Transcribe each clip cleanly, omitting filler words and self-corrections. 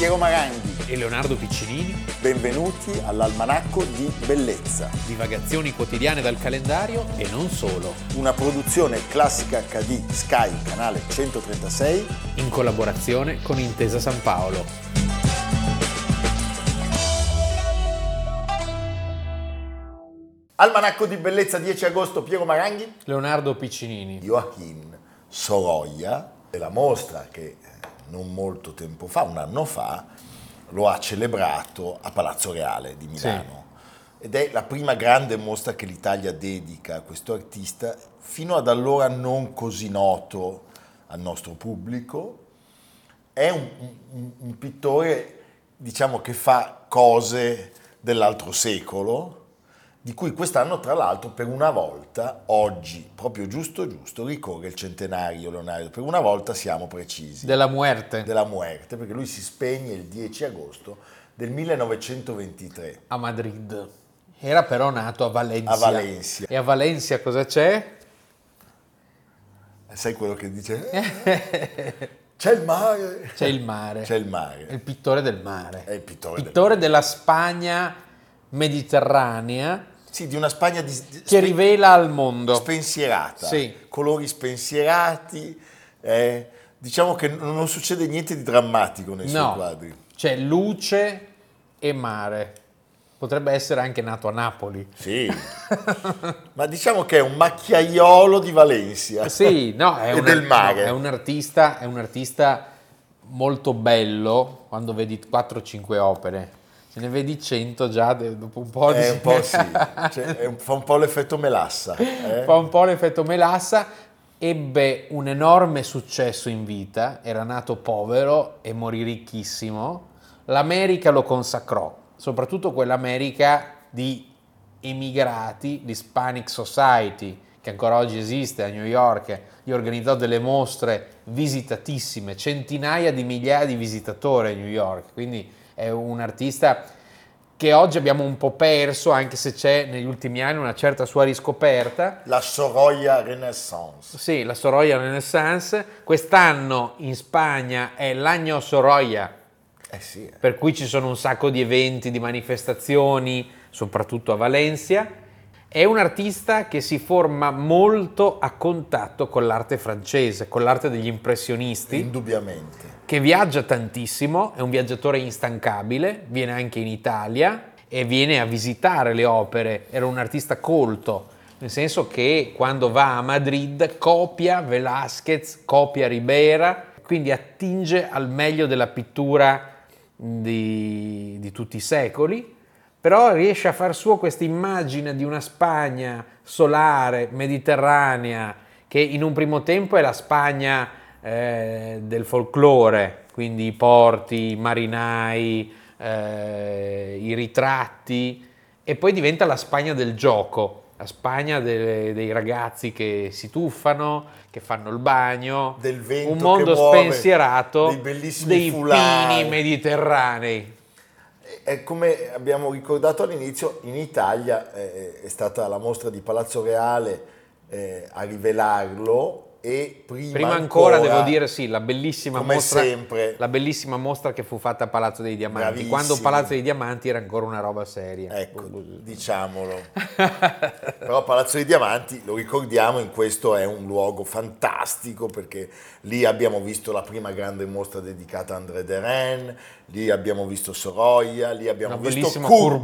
Piero Maranghi e Leonardo Piccinini. Benvenuti all'Almanacco di Bellezza. Divagazioni quotidiane dal calendario e non solo. Una produzione Classica HD Sky, canale 136. In collaborazione con Intesa San Paolo. Almanacco di Bellezza, 10 agosto, Piero Maranghi. Leonardo Piccinini. Joachim Sorolla, della mostra che non molto tempo fa, un anno fa, lo ha celebrato a Palazzo Reale di Milano. Sì. Ed è la prima grande mostra che l'Italia dedica a questo artista, fino ad allora non così noto al nostro pubblico. È un pittore, diciamo, che fa cose dell'altro secolo, di cui quest'anno, tra l'altro, per una volta, oggi, proprio giusto, ricorre il centenario, Leonardo. Per una volta siamo precisi. Della muerte. Della muerte, perché lui si spegne il 10 agosto del 1923. A Madrid. Era però nato a Valencia. A Valencia. E a Valencia cosa c'è? Sai quello che dice? C'è il mare. C'è il mare. C'è il mare. È il pittore del mare. È il pittore della Spagna mediterranea. Sì, di una Spagna che rivela al mondo. Spensierata, sì. Colori spensierati, diciamo che non succede niente di drammatico nei suoi quadri. C'è luce e mare. Potrebbe essere anche nato a Napoli. Sì, ma diciamo che è un macchiaiolo di Valencia. Sì, no, del mare. No, è un artista molto bello quando vedi 4-5 opere. Se ne vedi 100 già dopo un po'. Un po' sì, fa un po' l'effetto Melassa. Fa un po' l'effetto Melassa. Ebbe un enorme successo in vita, era nato povero e morì ricchissimo. L'America lo consacrò, soprattutto quell'America di emigrati, l'Hispanic Society, che ancora oggi esiste a New York, gli organizzò delle mostre visitatissime, centinaia di migliaia di visitatori a New York, quindi è un artista che oggi abbiamo un po' perso, anche se c'è negli ultimi anni una certa sua riscoperta. La Sorolla Renaissance. Sì, la Sorolla Renaissance. Quest'anno in Spagna è l'Año Sorolla, sì. Per cui ci sono un sacco di eventi, di manifestazioni, soprattutto a Valencia. È un artista che si forma molto a contatto con l'arte francese, con l'arte degli impressionisti. Indubbiamente. Che viaggia tantissimo, è un viaggiatore instancabile, viene anche in Italia e viene a visitare le opere. Era un artista colto, nel senso che quando va a Madrid copia Velázquez, copia Ribera, quindi attinge al meglio della pittura di tutti i secoli, però riesce a far suo questa immagine di una Spagna solare, mediterranea, che in un primo tempo è la Spagna del folklore, quindi i porti, i marinai, i ritratti, e poi diventa la Spagna del gioco, la Spagna dei ragazzi che si tuffano, che fanno il bagno, del vento, un mondo che muove, spensierato, dei bellissimi dei pini mediterranei. E come abbiamo ricordato all'inizio, in Italia è stata la mostra di Palazzo Reale a rivelarlo. E prima ancora devo dire sì, la bellissima come mostra, sempre, la bellissima mostra che fu fatta a Palazzo dei Diamanti, bravissimi. Quando Palazzo dei Diamanti era ancora una roba seria. Ecco, diciamolo. Però Palazzo dei Diamanti, lo ricordiamo, in questo è un luogo fantastico, perché lì abbiamo visto la prima grande mostra dedicata a André Derain, lì abbiamo visto Sorolla, lì abbiamo visto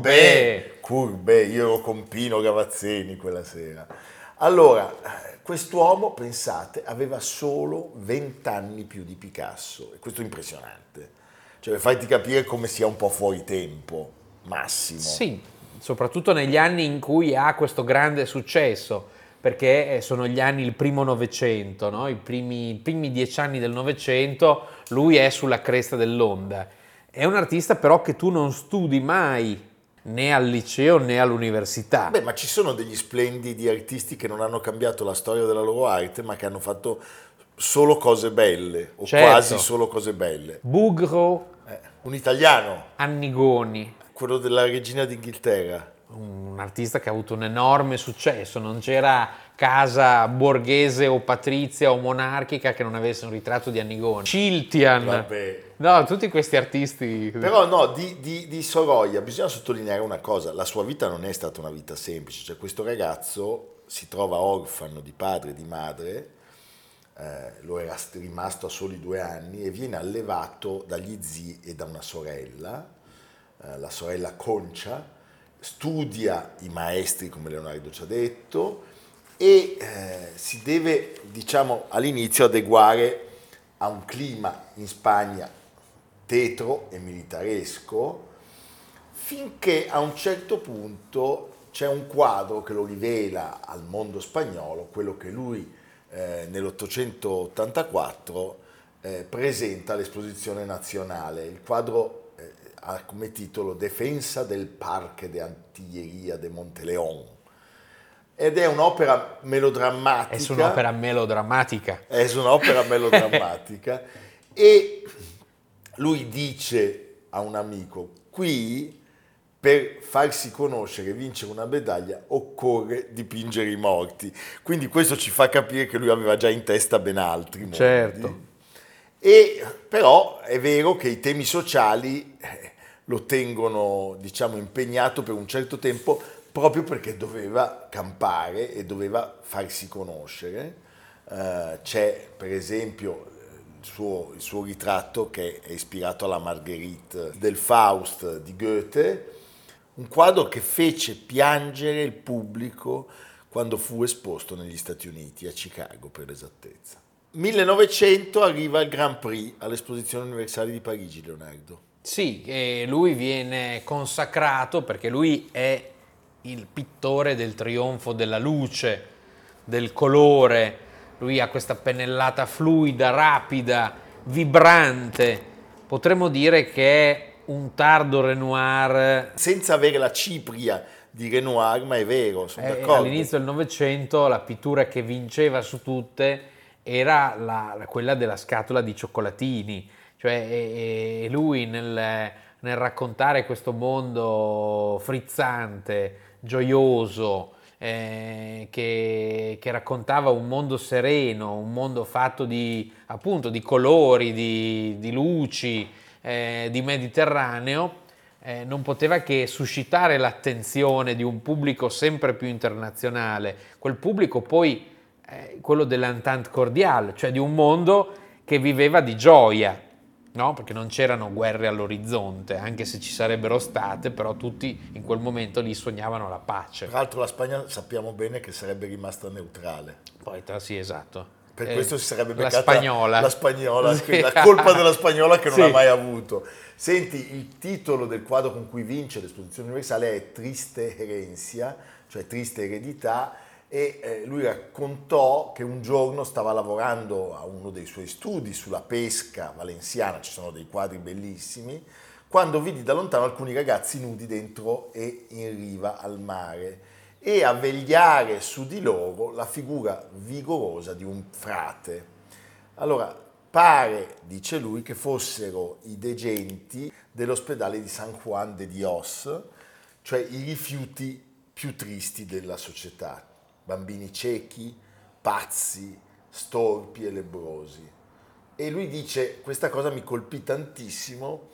Courbet, io ero con Pino Gavazzeni quella sera. Allora, quest'uomo, pensate, aveva solo 20 anni più di Picasso, e questo è impressionante, cioè per farti capire come sia un po' fuori tempo, massimo. Sì, soprattutto negli anni in cui ha questo grande successo, perché sono gli anni, il primo Novecento, no? I primi 10 anni del Novecento, lui è sulla cresta dell'onda. È un artista però che tu non studi mai, né al liceo né all'università. Beh, ma ci sono degli splendidi artisti che non hanno cambiato la storia della loro arte, ma che hanno fatto solo cose belle, o quasi solo cose belle. Bouguereau, un italiano. Annigoni. Quello della regina d'Inghilterra. un artista che ha avuto un enorme successo, non c'era casa borghese o patrizia o monarchica che non avesse un ritratto di Annigone. Ciltian, Vabbè. no, tutti questi artisti. Però no, di Sorolla bisogna sottolineare una cosa, la sua vita non è stata una vita semplice, cioè questo ragazzo si trova orfano di padre e di madre, lo era rimasto a soli 2 anni e viene allevato dagli zii e da una sorella, la sorella Concia, studia i maestri come Leonardo ci ha detto e si deve, diciamo, all'inizio adeguare a un clima in Spagna tetro e militaresco, finché a un certo punto c'è un quadro che lo rivela al mondo spagnolo, quello che lui nell'884 presenta all'Esposizione Nazionale. Il quadro ha come titolo Defensa del Parque de Antillería de Monteleón ed è un'opera melodrammatica. È un'opera melodrammatica. È un'opera melodrammatica e lui dice a un amico, qui per farsi conoscere e vincere una medaglia occorre dipingere i morti. Quindi questo ci fa capire che lui aveva già in testa ben altri mondi. Certo. E però è vero che i temi sociali lo tengono, diciamo, impegnato per un certo tempo proprio perché doveva campare e doveva farsi conoscere. C'è per esempio il suo ritratto che è ispirato alla Marguerite del Faust di Goethe, un quadro che fece piangere il pubblico quando fu esposto negli Stati Uniti, a Chicago per l'esattezza. 1900 arriva il Grand Prix all'Esposizione Universale di Parigi, Leonardo. Sì, e lui viene consacrato perché lui è il pittore del trionfo della luce, del colore. Lui ha questa pennellata fluida, rapida, vibrante. Potremmo dire che è un tardo Renoir. Senza avere la cipria di Renoir, ma è vero, sono d'accordo. All'inizio del Novecento la pittura che vinceva su tutte era quella della scatola di cioccolatini. Cioè, lui nel raccontare questo mondo frizzante, gioioso, che raccontava un mondo sereno, un mondo fatto appunto di colori, di luci, di Mediterraneo, non poteva che suscitare l'attenzione di un pubblico sempre più internazionale, quel pubblico poi quello dell'Entente cordiale, cioè di un mondo che viveva di gioia. No, perché non c'erano guerre all'orizzonte, anche se ci sarebbero state, però tutti in quel momento lì sognavano la pace. Tra l'altro la Spagna sappiamo bene che sarebbe rimasta neutrale. Poi, sì, esatto. Per questo si sarebbe la beccata spagnola. La spagnola, Sì. La colpa della spagnola che non Sì. ha mai avuto. Senti, il titolo del quadro con cui vince l'Esposizione Universale è Triste Herencia, cioè Triste Eredità, e lui raccontò che un giorno stava lavorando a uno dei suoi studi sulla pesca valenziana, ci sono dei quadri bellissimi, quando vidi da lontano alcuni ragazzi nudi dentro e in riva al mare e a vegliare su di loro la figura vigorosa di un frate. Allora, pare, dice lui, che fossero i degenti dell'ospedale di San Juan de Dios, cioè i rifiuti più tristi della società. Bambini ciechi, pazzi, storpi e lebbrosi. E lui dice, questa cosa mi colpì tantissimo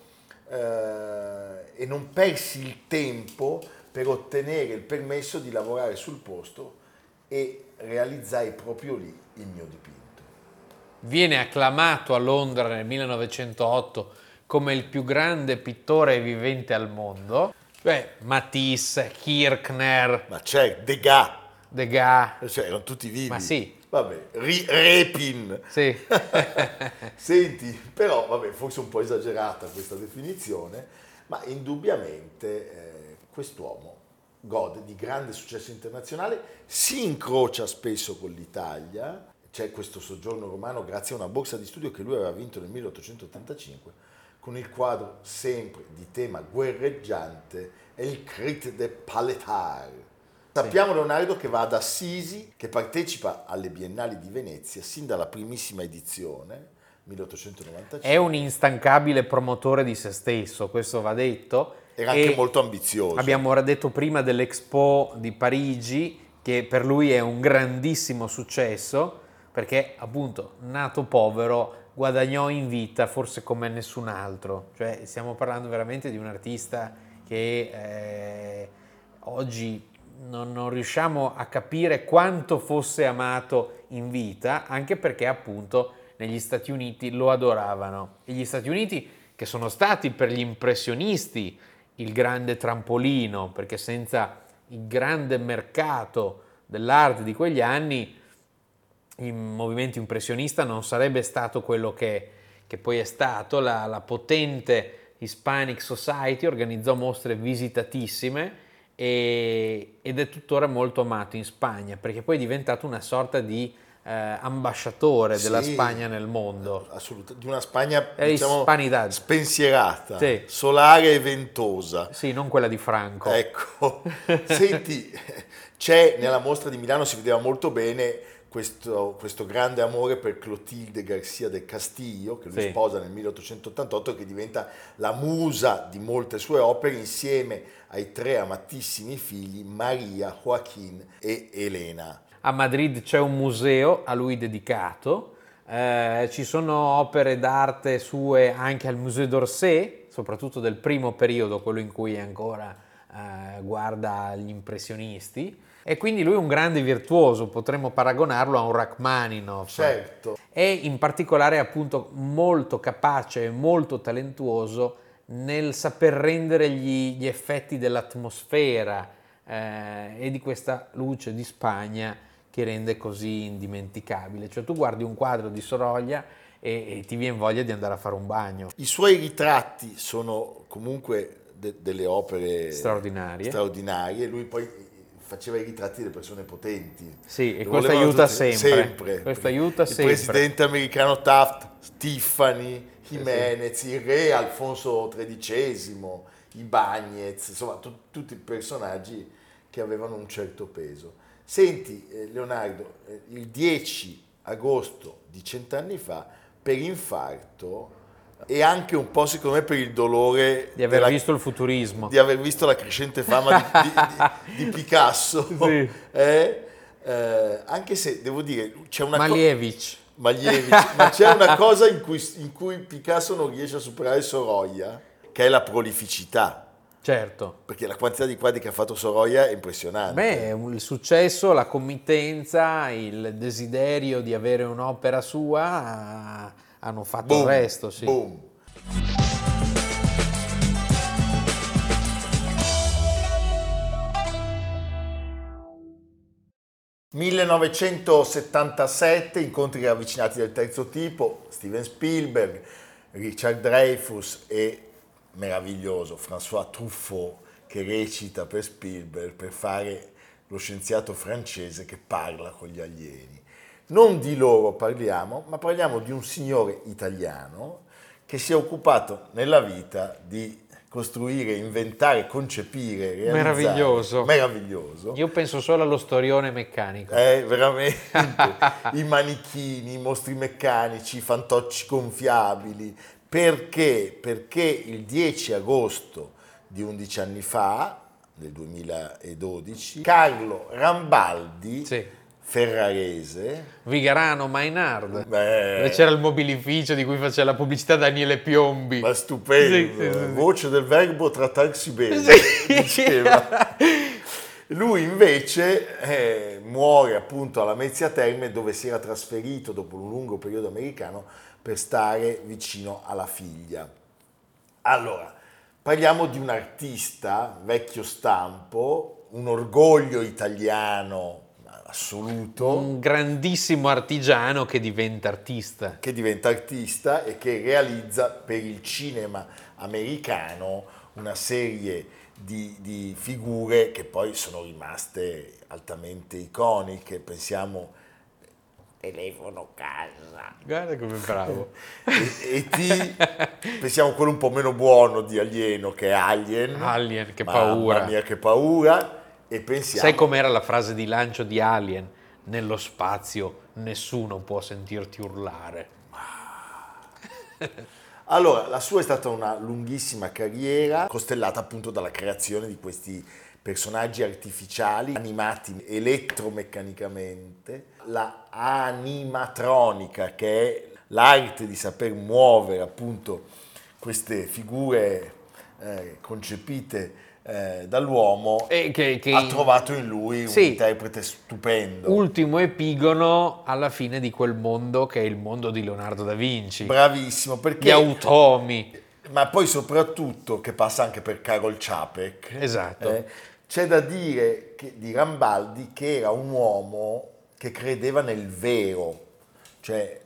e non persi il tempo per ottenere il permesso di lavorare sul posto e realizzai proprio lì il mio dipinto. Viene acclamato a Londra nel 1908 come il più grande pittore vivente al mondo. Matisse, Kirchner, Ma c'è Degas. Cioè, erano tutti vivi. Ma sì. Vabbè, Repin. Sì. Senti, però, vabbè, forse un po' esagerata questa definizione, ma indubbiamente quest'uomo gode di grande successo internazionale, si incrocia spesso con l'Italia, c'è questo soggiorno romano grazie a una borsa di studio che lui aveva vinto nel 1885, con il quadro sempre di tema guerreggiante, è il Crit de Paletar. Sappiamo, Leonardo, che va ad Assisi, che partecipa alle Biennali di Venezia sin dalla primissima edizione, 1895. È un instancabile promotore di se stesso, questo va detto, Era anche molto ambizioso. Abbiamo ora detto prima dell'Expo di Parigi, che per lui è un grandissimo successo, perché appunto nato povero guadagnò in vita forse come nessun altro, cioè stiamo parlando veramente di un artista che oggi non riusciamo a capire quanto fosse amato in vita, anche perché appunto negli Stati Uniti lo adoravano. E gli Stati Uniti, che sono stati per gli impressionisti il grande trampolino, perché senza il grande mercato dell'arte di quegli anni il movimento impressionista non sarebbe stato quello che poi è stato. La potente Hispanic Society organizzò mostre visitatissime ed è tuttora molto amato in Spagna, perché poi è diventato una sorta di ambasciatore della Spagna nel mondo. Assolutamente, di una Spagna Diciamo, spensierata, sì, solare e ventosa. Sì, non quella di Franco. Ecco, senti, c'è nella mostra di Milano, si vedeva molto bene questo grande amore per Clotilde García del Castillo, che lui sposa nel 1888 e che diventa la musa di molte sue opere insieme ai 3 amatissimi figli Maria, Joaquín e Elena. A Madrid c'è un museo a lui dedicato, ci sono opere d'arte sue anche al Musée d'Orsay, soprattutto del primo periodo, quello in cui ancora guarda gli impressionisti, e quindi lui è un grande virtuoso, potremmo paragonarlo a un Rachmaninoff. Certo. È in particolare appunto molto capace e molto talentuoso nel saper rendere gli effetti dell'atmosfera e di questa luce di Spagna che rende così indimenticabile. Cioè tu guardi un quadro di Sorolla e ti viene voglia di andare a fare un bagno. I suoi ritratti sono comunque delle opere straordinarie. Lui poi faceva i ritratti delle persone potenti. Sì, e questo aiuta sempre. Questo aiuta sempre. Il presidente americano Taft, Tiffany, Jimenez, il re Alfonso XIII, i Bagnez, insomma tutti personaggi che avevano un certo peso. Senti Leonardo, il 10 agosto di 100 anni fa, per infarto e anche un po' secondo me per il dolore di aver visto il futurismo, di aver visto la crescente fama di Picasso, sì. Anche se devo dire c'è una Malevich, ma c'è una cosa in cui Picasso non riesce a superare Sorolla, che è la prolificità. Certo. Perché la quantità di quadri che ha fatto Sorolla è impressionante. Il successo, la committenza, il desiderio di avere un'opera sua hanno fatto il resto. Sì. Boom. «1977, incontri ravvicinati del terzo tipo, Steven Spielberg, Richard Dreyfuss e meraviglioso François Truffaut che recita per Spielberg per fare lo scienziato francese che parla con gli alieni. Non di loro parliamo, ma parliamo di un signore italiano che si è occupato nella vita di costruire, inventare, concepire, realizzare. Meraviglioso. Io penso solo allo storione meccanico. Veramente. I manichini, i mostri meccanici, i fantocci gonfiabili. Perché? Perché il 10 agosto di 11 anni fa, nel 2012, Carlo Rambaldi, ferrarese, Vigarano Mainard, dove c'era il mobilificio di cui faceva la pubblicità Daniele Piombi. Ma stupendo, sì. Voce del verbo trattarsi bene, diceva. Lui invece muore appunto alla Mezzia Terme, dove si era trasferito dopo un lungo periodo americano per stare vicino alla figlia. Allora, parliamo di un artista vecchio stampo, un orgoglio italiano assoluto. Un grandissimo artigiano che diventa artista. E che realizza per il cinema americano una serie di figure che poi sono rimaste altamente iconiche. Pensiamo Telefono casa. Guarda come bravo. Pensiamo a quello un po' meno buono di Alieno, che è Alien. Alien, che paura. Mamma mia, che paura. E pensiamo... Sai com'era la frase di lancio di Alien? Nello spazio nessuno può sentirti urlare. Allora, la sua è stata una lunghissima carriera, costellata appunto dalla creazione di questi personaggi artificiali animati elettromeccanicamente, la animatronica, che è l'arte di saper muovere appunto queste figure concepite dall'uomo, ha trovato in lui un interprete stupendo. Ultimo epigono alla fine di quel mondo che è il mondo di Leonardo da Vinci. Bravissimo, perché gli automi. Ma poi soprattutto, che passa anche per Karol Čapek, Esatto. c'è da dire di Rambaldi che era un uomo che credeva nel vero, cioè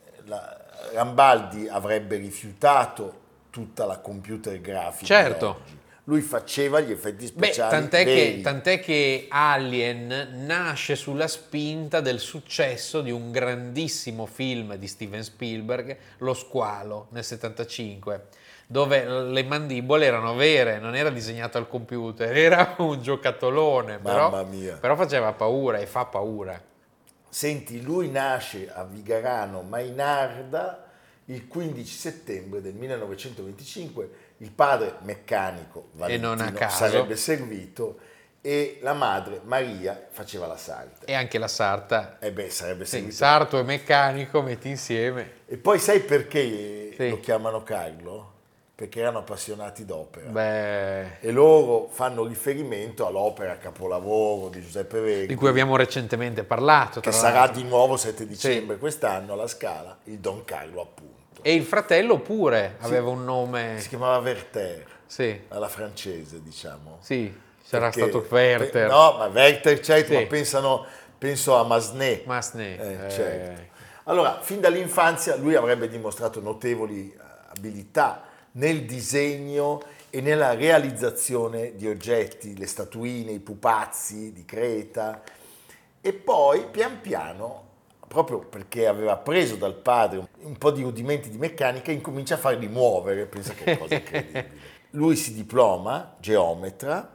Rambaldi avrebbe rifiutato tutta la computer grafica. Certo. Oggi. Lui faceva gli effetti speciali tant'è che Alien nasce sulla spinta del successo di un grandissimo film di Steven Spielberg, Lo Squalo, nel 75, dove le mandibole erano vere, non era disegnato al computer, era un giocattolone, Mamma mia. però faceva paura e fa paura. Senti, lui nasce a Vigarano Mainarda il 15 settembre del 1925, il padre meccanico Valentino e non a caso sarebbe servito e la madre Maria faceva la sarta. E anche la sarta. Sarebbe servito. Sarto e meccanico metti insieme. E poi sai perché lo chiamano Carlo? Perché erano appassionati d'opera. E loro fanno riferimento all'opera capolavoro di Giuseppe Verdi, di cui abbiamo recentemente parlato, che sarà di nuovo 7 dicembre quest'anno alla Scala, il Don Carlo appunto. E il fratello pure aveva un nome, si chiamava Werther, alla francese, diciamo. Sì, sarà stato Werther. No, ma Werther certo, ma penso a Massenet. Certo. Allora, fin dall'infanzia lui avrebbe dimostrato notevoli abilità nel disegno e nella realizzazione di oggetti, le statuine, i pupazzi di Creta, e poi pian piano, proprio perché aveva preso dal padre un po' di rudimenti di meccanica, incomincia a farli muovere, pensa che cosa incredibile. Lui si diploma geometra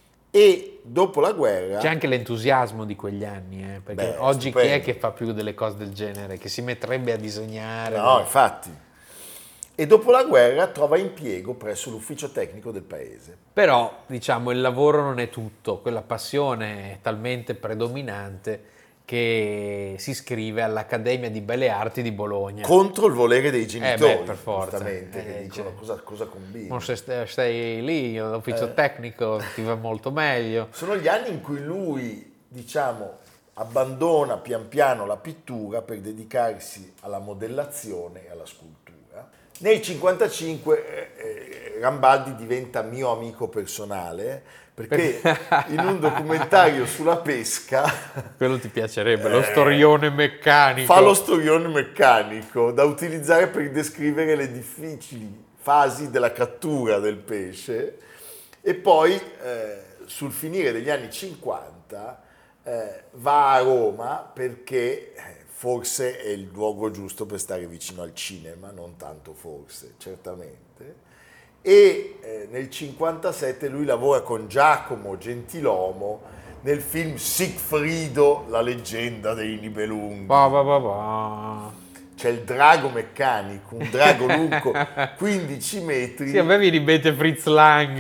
e dopo la guerra... C'è anche l'entusiasmo di quegli anni, perché oggi stupendo. Chi è che fa più delle cose del genere, che si metterebbe a disegnare? No, infatti. E dopo la guerra trova impiego presso l'ufficio tecnico del paese. Però, diciamo, il lavoro non è tutto, quella passione è talmente predominante che si iscrive all'Accademia di Belle Arti di Bologna. Contro il volere dei genitori, per forza. Che dicono cosa combini. Ma se stai lì, all'ufficio tecnico ti va molto meglio. Sono gli anni in cui lui, diciamo, abbandona pian piano la pittura per dedicarsi alla modellazione e alla scultura. Nel 1955 Rambaldi diventa mio amico personale perché in un documentario sulla pesca... Quello ti piacerebbe, lo storione meccanico. Fa lo storione meccanico da utilizzare per descrivere le difficili fasi della cattura del pesce e poi sul finire degli anni 50 va a Roma perché... forse è il luogo giusto per stare vicino al cinema, non tanto forse, certamente. E nel 1957 lui lavora con Giacomo Gentilomo nel film Sigfrido, la leggenda dei Nibelunghi. C'è il drago meccanico, un drago lungo 15 metri. Sì, a me viene in mente Fritz Lang.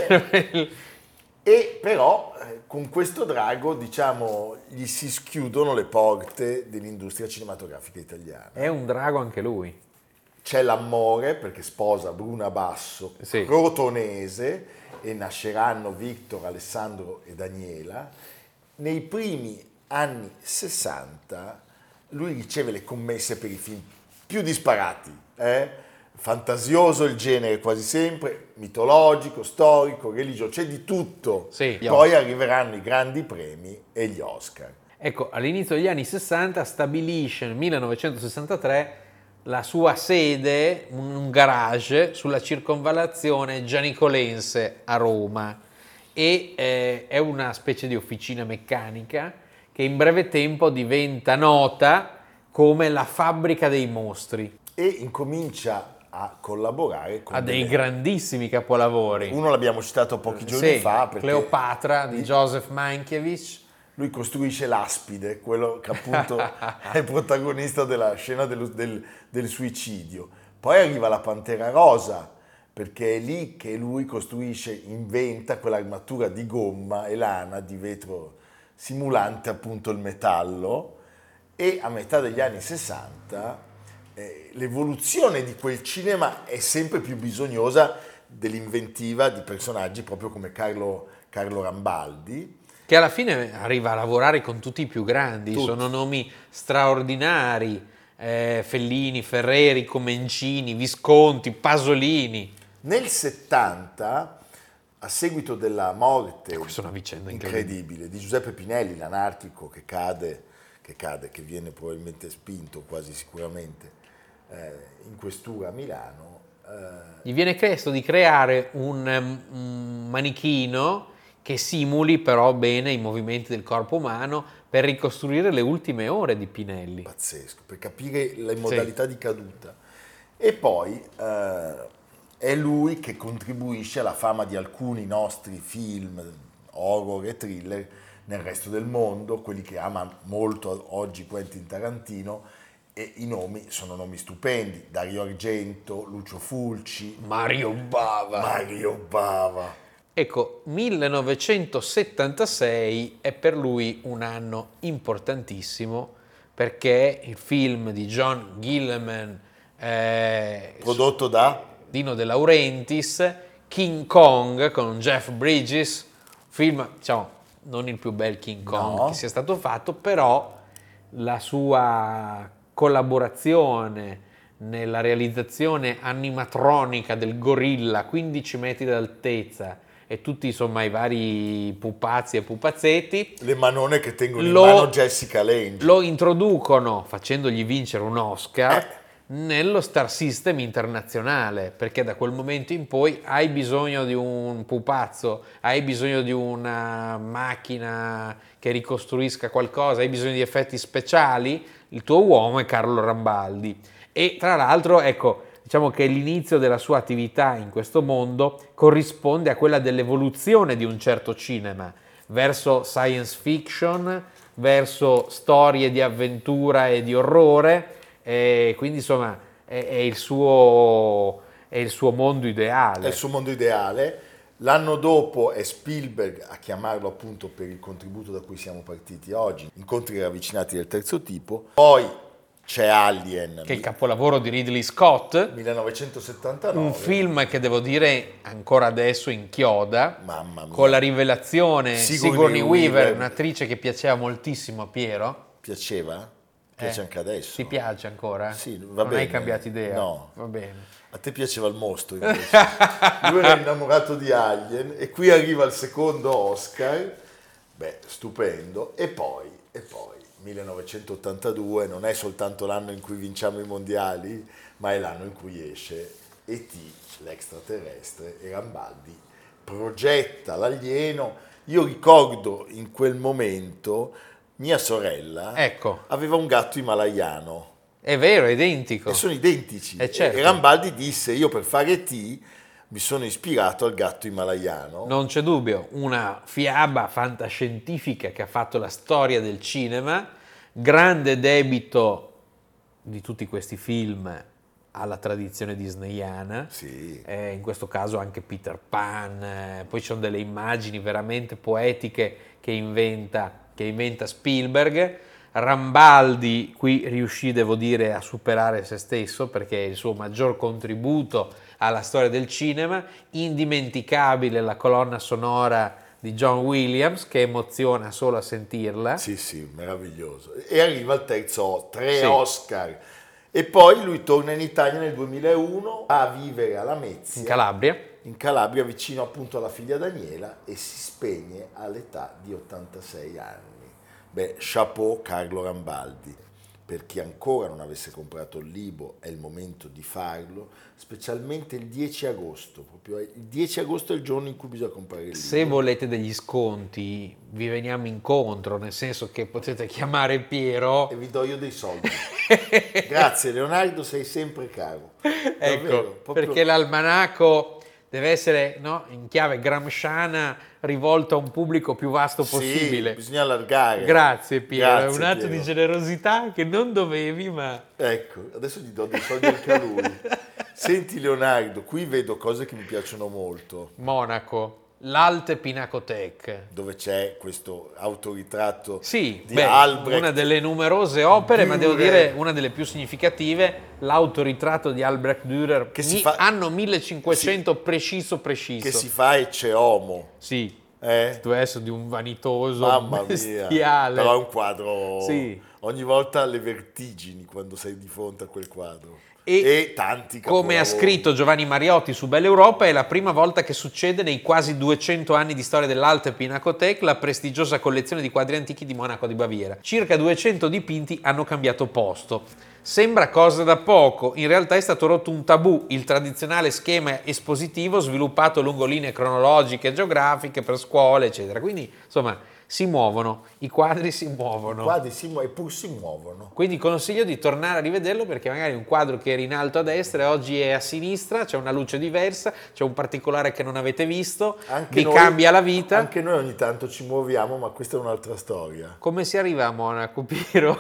E però con questo drago, diciamo, gli si schiudono le porte dell'industria cinematografica italiana. È un drago anche lui. C'è l'amore, perché sposa Bruna Basso, crotonese, e nasceranno Victor, Alessandro e Daniela. Nei primi anni 60 lui riceve le commesse per i film più disparati, fantasioso il genere quasi sempre, mitologico, storico, religioso, c'è di tutto. Poi arriveranno i grandi premi e gli Oscar. Ecco, all'inizio degli anni 60 stabilisce nel 1963 la sua sede, un garage sulla circonvallazione gianicolense a Roma e è una specie di officina meccanica che in breve tempo diventa nota come la fabbrica dei mostri. E incomincia a collaborare con dei grandissimi capolavori. Uno l'abbiamo citato pochi giorni fa. Perché Cleopatra di Joseph Mankiewicz. Lui costruisce l'Aspide, quello che appunto è il protagonista della scena del suicidio. Poi arriva la Pantera Rosa, perché è lì che lui inventa quell'armatura di gomma e lana, di vetro simulante appunto il metallo, e a metà degli anni 60 l'evoluzione di quel cinema è sempre più bisognosa dell'inventiva di personaggi proprio come Carlo Rambaldi. Che alla fine arriva a lavorare con tutti i più grandi, sono nomi straordinari, Fellini, Ferreri, Comencini, Visconti, Pasolini. Nel 70, a seguito della morte Questa è una vicenda incredibile di Giuseppe Pinelli, l'anarchico che viene probabilmente spinto quasi sicuramente in questura a Milano, Gli viene chiesto di creare un manichino che simuli però bene i movimenti del corpo umano per ricostruire le ultime ore di Pinelli. pazzesco, per capire le modalità di caduta. E poi è lui che contribuisce alla fama di alcuni nostri film, horror e thriller nel resto del mondo, quelli che ama molto oggi Quentin Tarantino, e i nomi sono nomi stupendi: Dario Argento, Lucio Fulci, Mario Bava. Ecco, 1976 è per lui un anno importantissimo perché il film di John Gilman, prodotto da Dino De Laurentiis, King Kong con Jeff Bridges, film, diciamo, non il più bel King Kong che sia stato fatto, però la sua collaborazione nella realizzazione animatronica del gorilla 15 metri d'altezza e tutti insomma i vari pupazzi e pupazzetti, le manone che tengono in mano Jessica Lange, lo introducono facendogli vincere un Oscar nello Star System internazionale, perché da quel momento in poi hai bisogno di un pupazzo, hai bisogno di una macchina che ricostruisca qualcosa, hai bisogno di effetti speciali, il tuo uomo è Carlo Rambaldi. E tra l'altro, ecco, diciamo che l'inizio della sua attività in questo mondo corrisponde a quella dell'evoluzione di un certo cinema verso science fiction, verso storie di avventura e di orrore, e quindi insomma è il suo mondo ideale. È il suo mondo ideale. L'anno dopo è Spielberg a chiamarlo appunto per il contributo da cui siamo partiti oggi, Incontri ravvicinati del terzo tipo. Poi c'è Alien, che è il capolavoro di Ridley Scott, 1979. un film che devo dire ancora adesso inchioda, mamma mia, con la rivelazione Sigourney Weaver, un'attrice che piaceva moltissimo a Piero. Piaceva? Piace anche adesso. Ti piace ancora? Sì, va non bene. hai cambiato idea? No. Va bene. A te piaceva il mostro invece. Lui era innamorato di Alien e qui arriva il secondo Oscar, stupendo. E poi 1982 non è soltanto l'anno in cui vinciamo i mondiali, ma è l'anno in cui esce E.T., l'extraterrestre, e Rambaldi progetta l'alieno. Io ricordo in quel momento mia sorella aveva un gatto himalayano. È vero, è identico. E sono identici. Certo. E Rambaldi disse: io per fare E.T. mi sono ispirato al gatto himalayano. Non c'è dubbio, una fiaba fantascientifica che ha fatto la storia del cinema, grande debito di tutti questi film alla tradizione disneyana, sì. In questo caso anche Peter Pan, poi ci sono delle immagini veramente poetiche che inventa Spielberg. Rambaldi qui riuscì, devo dire, a superare se stesso perché è il suo maggior contributo alla storia del cinema. Indimenticabile la colonna sonora di John Williams che emoziona solo a sentirla. Sì, meraviglioso. E arriva il terzo, 3 Oscar. E poi lui torna in Italia nel 2001 a vivere a Lamezia, in Calabria, vicino appunto alla figlia Daniela, e si spegne all'età di 86 anni. Chapeau Carlo Rambaldi. Per chi ancora non avesse comprato il libro è il momento di farlo, specialmente il 10 agosto. Proprio il 10 agosto è il giorno in cui bisogna comprare il libro. Se volete degli sconti vi veniamo incontro, nel senso che potete chiamare Piero e vi do io dei soldi. Grazie Leonardo, sei sempre caro. Davvero, perché l'almanacco deve essere in chiave gramsciana, rivolto a un pubblico più vasto possibile. Sì, bisogna allargare. Grazie Piero, è un atto di generosità che non dovevi, ma... Ecco, adesso gli do dei soldi anche a lui. Senti Leonardo, qui vedo cose che mi piacciono molto, Monaco, l'Alte Pinakothek. dove c'è questo autoritratto Sì, di Albrecht. una delle numerose opere, ma devo Dürer. dire una delle più significative, l'autoritratto di Albrecht Dürer, Che si fa- anno 1500 preciso. che si fa Ecce Homo. Sì, Eh? tu adesso di un vanitoso Mamma mia, bestiale. però è un quadro, Sì. ogni volta le vertigini quando sei di fronte a quel quadro. E E tanti come ha capolavori. scritto Giovanni Mariotti su Bella Europa, è la prima volta che succede nei quasi 200 anni di storia dell'Alte Pinakothek, la prestigiosa collezione di quadri antichi di Monaco di Baviera. Circa 200 dipinti hanno cambiato posto. Sembra cosa da poco, in realtà è stato rotto un tabù, il tradizionale schema espositivo sviluppato lungo linee cronologiche e geografiche per scuole, eccetera. Quindi, insomma, si muovono, i quadri si muovono. Quadri eppur si muovono. Quindi consiglio di tornare a rivederlo, perché magari un quadro che era in alto a destra e oggi è a sinistra, c'è una luce diversa, c'è un particolare che non avete visto, vi cambia la vita. Anche noi ogni tanto ci muoviamo, ma questa è un'altra storia. Come si arriva a Monaco, Piero?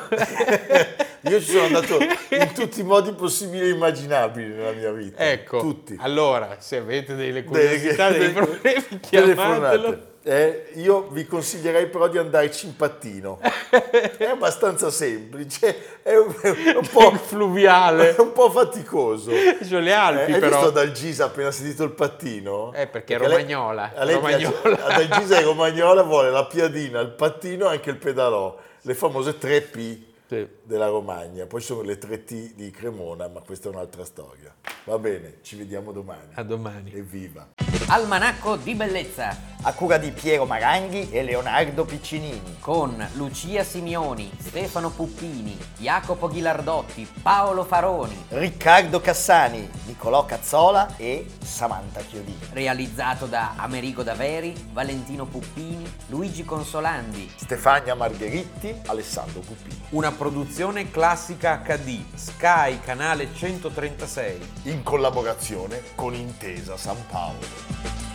Io ci sono andato in tutti i modi possibili e immaginabili nella mia vita. Ecco, tutti. allora, se avete delle curiosità, dei problemi, Telefonate. chiamatelo. Io vi consiglierei però di andarci in pattino. È abbastanza semplice, è un po' Fluviale. è un po' faticoso. C'ho le Alpi, Hai però. visto Dal Gisa appena sentito il pattino? Perché è lei- romagnola. a lei Romagnola. piace, a Dal Gisa è romagnola, vuole la piadina, il pattino e anche il pedalò, le famose 3P Sì. della Romagna. Poi sono le 3T di Cremona, ma questa è un'altra storia. Va bene, ci vediamo domani. A domani. Evviva! Almanacco di bellezza A cura di Piero Maranghi e Leonardo Piccinini. con Lucia Simioni, Stefano Puppini, Jacopo Ghilardotti, Paolo Faroni, Riccardo Cassani, Nicolò Cazzola e Samantha Chiodini. realizzato da Amerigo Daveri, Valentino Puppini, Luigi Consolandi. Stefania Margheritti, Alessandro Puppini. Una produzione Classica HD, Sky, canale 136. In collaborazione con Intesa San Paolo.